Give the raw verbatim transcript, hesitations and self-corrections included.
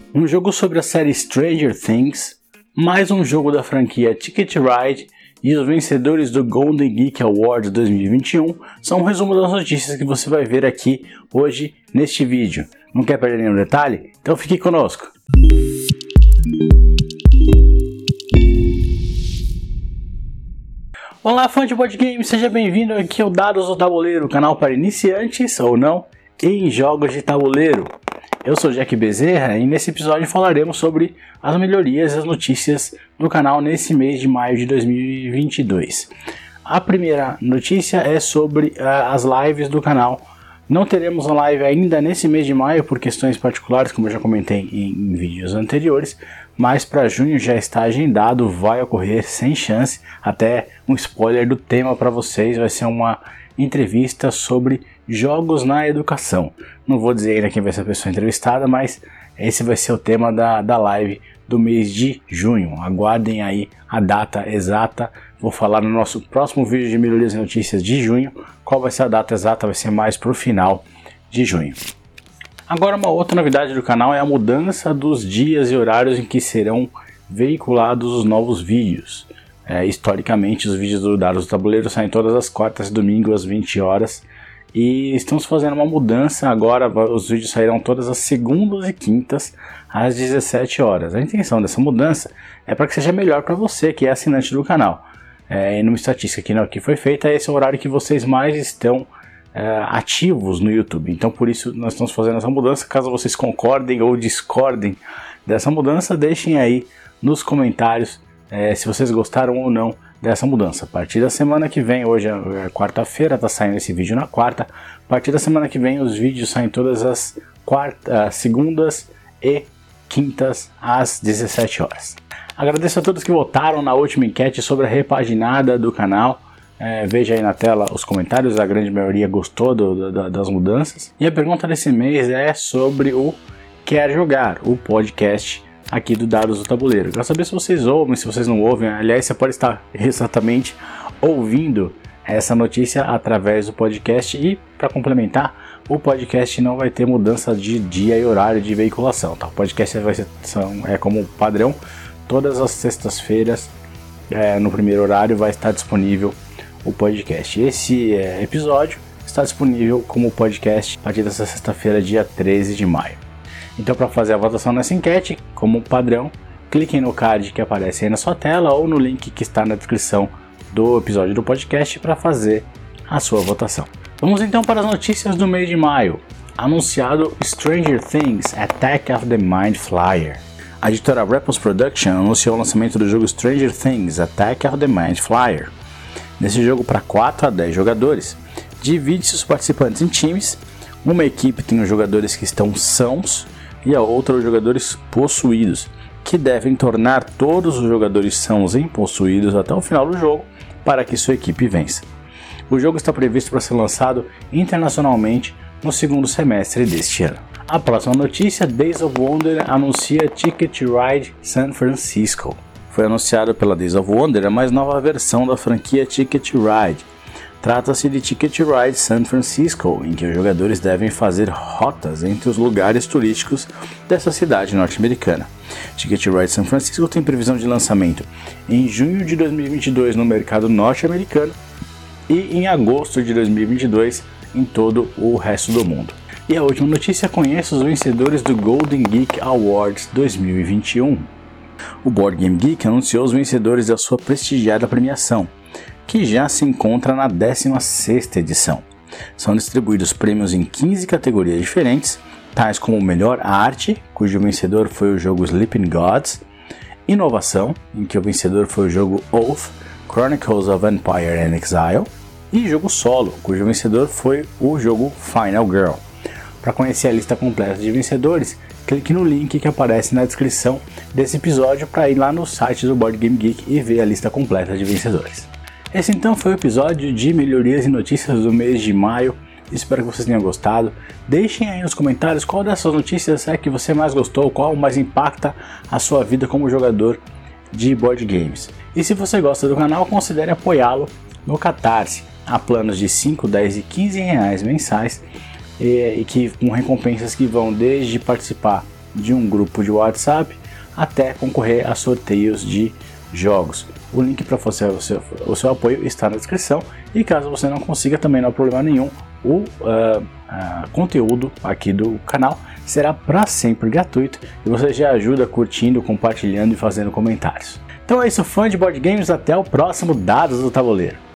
Um jogo sobre a série Stranger Things, mais um jogo da franquia Ticket Ride e os vencedores do Golden Geek Awards dois mil e vinte e um são um resumo das notícias que você vai ver aqui hoje neste vídeo. Não quer perder nenhum detalhe? Então fique conosco! Olá, fã de board games, seja bem-vindo aqui ao Dados do Tabuleiro, canal para iniciantes ou não em jogos de tabuleiro. Eu sou Jack Bezerra e nesse episódio falaremos sobre as melhorias e as notícias do canal nesse mês de maio de dois mil e vinte e dois. A primeira notícia é sobre uh, as lives do canal. Não teremos a live ainda nesse mês de maio por questões particulares, como eu já comentei em, em vídeos anteriores, mas para junho já está agendado, vai ocorrer sem chance. Até um spoiler do tema para vocês, vai ser uma entrevista sobre jogos na educação. Não vou dizer ainda quem vai ser a pessoa entrevistada, mas esse vai ser o tema da, da live do mês de junho. Aguardem aí a data exata. Vou falar no nosso próximo vídeo de melhorias e notícias de junho. Qual vai ser a data exata? Vai ser mais para o final de junho. Agora, uma outra novidade do canal é a mudança dos dias e horários em que serão veiculados os novos vídeos. É, historicamente, os vídeos do Dados do Tabuleiro saem todas as quartas e domingos às vinte horas. E estamos fazendo uma mudança agora, os vídeos sairão todas as segundas e quintas às dezessete horas. A intenção dessa mudança é para que seja melhor para você que é assinante do canal. É, e numa estatística que, não, que foi feita, esse é o horário que vocês mais estão é, ativos no YouTube. Então por isso nós estamos fazendo essa mudança. Caso vocês concordem ou discordem dessa mudança, deixem aí nos comentários é, se vocês gostaram ou não dessa mudança. A partir da semana que vem, hoje é quarta-feira, tá saindo esse vídeo na quarta. A partir da semana que vem os vídeos saem todas as quarta, segundas e quintas às dezessete horas. Agradeço a todos que votaram na última enquete sobre a repaginada do canal. É, veja aí na tela os comentários, a grande maioria gostou do, do, das mudanças. E a pergunta desse mês é sobre o Quer Jogar, o podcast aqui do Dados do Tabuleiro. Quero saber se vocês ouvem, se vocês não ouvem. Aliás, você pode estar exatamente ouvindo essa notícia através do podcast. E para complementar, o podcast não vai ter mudança de dia e horário de veiculação, tá? O podcast vai ser, são, é como padrão, todas as sextas-feiras, é, no primeiro horário, vai estar disponível o podcast. Esse é, episódio está disponível como podcast a partir dessa sexta-feira, dia treze de maio. Então, para fazer a votação nessa enquete, como padrão, cliquem no card que aparece aí na sua tela ou no link que está na descrição do episódio do podcast para fazer a sua votação. Vamos então para as notícias do mês de maio. Anunciado Stranger Things Attack of the Mind Flyer. A editora Repos Production anunciou o lançamento do jogo Stranger Things Attack of the Mind Flyer. Nesse jogo para quatro a dez jogadores, divide-se os participantes em times. Uma equipe tem os jogadores que estão sãos e a outra os jogadores possuídos, que devem tornar todos os jogadores sãos em possuídos até o final do jogo para que sua equipe vença. O jogo está previsto para ser lançado internacionalmente no segundo semestre deste ano. A próxima notícia, Days of Wonder anuncia Ticket Ride San Francisco. Foi anunciado pela Days of Wonder a mais nova versão da franquia Ticket Ride. Trata-se de Ticket Ride San Francisco, em que os jogadores devem fazer rotas entre os lugares turísticos dessa cidade norte-americana. Ticket Ride San Francisco tem previsão de lançamento em junho de dois mil e vinte e dois no mercado norte-americano e em agosto de dois mil e vinte e dois em todo o resto do mundo. E a última notícia, conheça os vencedores do Golden Geek Awards dois mil e vinte e um. O Board Game Geek anunciou os vencedores da sua prestigiada premiação, que já se encontra na décima sexta edição. São distribuídos prêmios em quinze categorias diferentes, tais como Melhor Arte, cujo vencedor foi o jogo Sleeping Gods, Inovação, em que o vencedor foi o jogo Oath, Chronicles of Empire and Exile, e Jogo Solo, cujo vencedor foi o jogo Final Girl. Para conhecer a lista completa de vencedores, clique no link que aparece na descrição desse episódio para ir lá no site do Board Game Geek e ver a lista completa de vencedores. Esse então foi o episódio de melhorias e notícias do mês de maio. Espero que vocês tenham gostado. Deixem aí nos comentários qual dessas notícias é que você mais gostou, qual mais impacta a sua vida como jogador de board games. E se você gosta do canal, considere apoiá-lo no Catarse. Há planos de cinco, dez e quinze reais mensais e, e que, com recompensas que vão desde participar de um grupo de WhatsApp até concorrer a sorteios de jogos. O link para você, o seu, o seu apoio está na descrição, e caso você não consiga, também não há problema nenhum, o uh, uh, conteúdo aqui do canal será para sempre gratuito e você já ajuda curtindo, compartilhando e fazendo comentários. Então é isso, fã de board games, até o próximo Dados do Tabuleiro.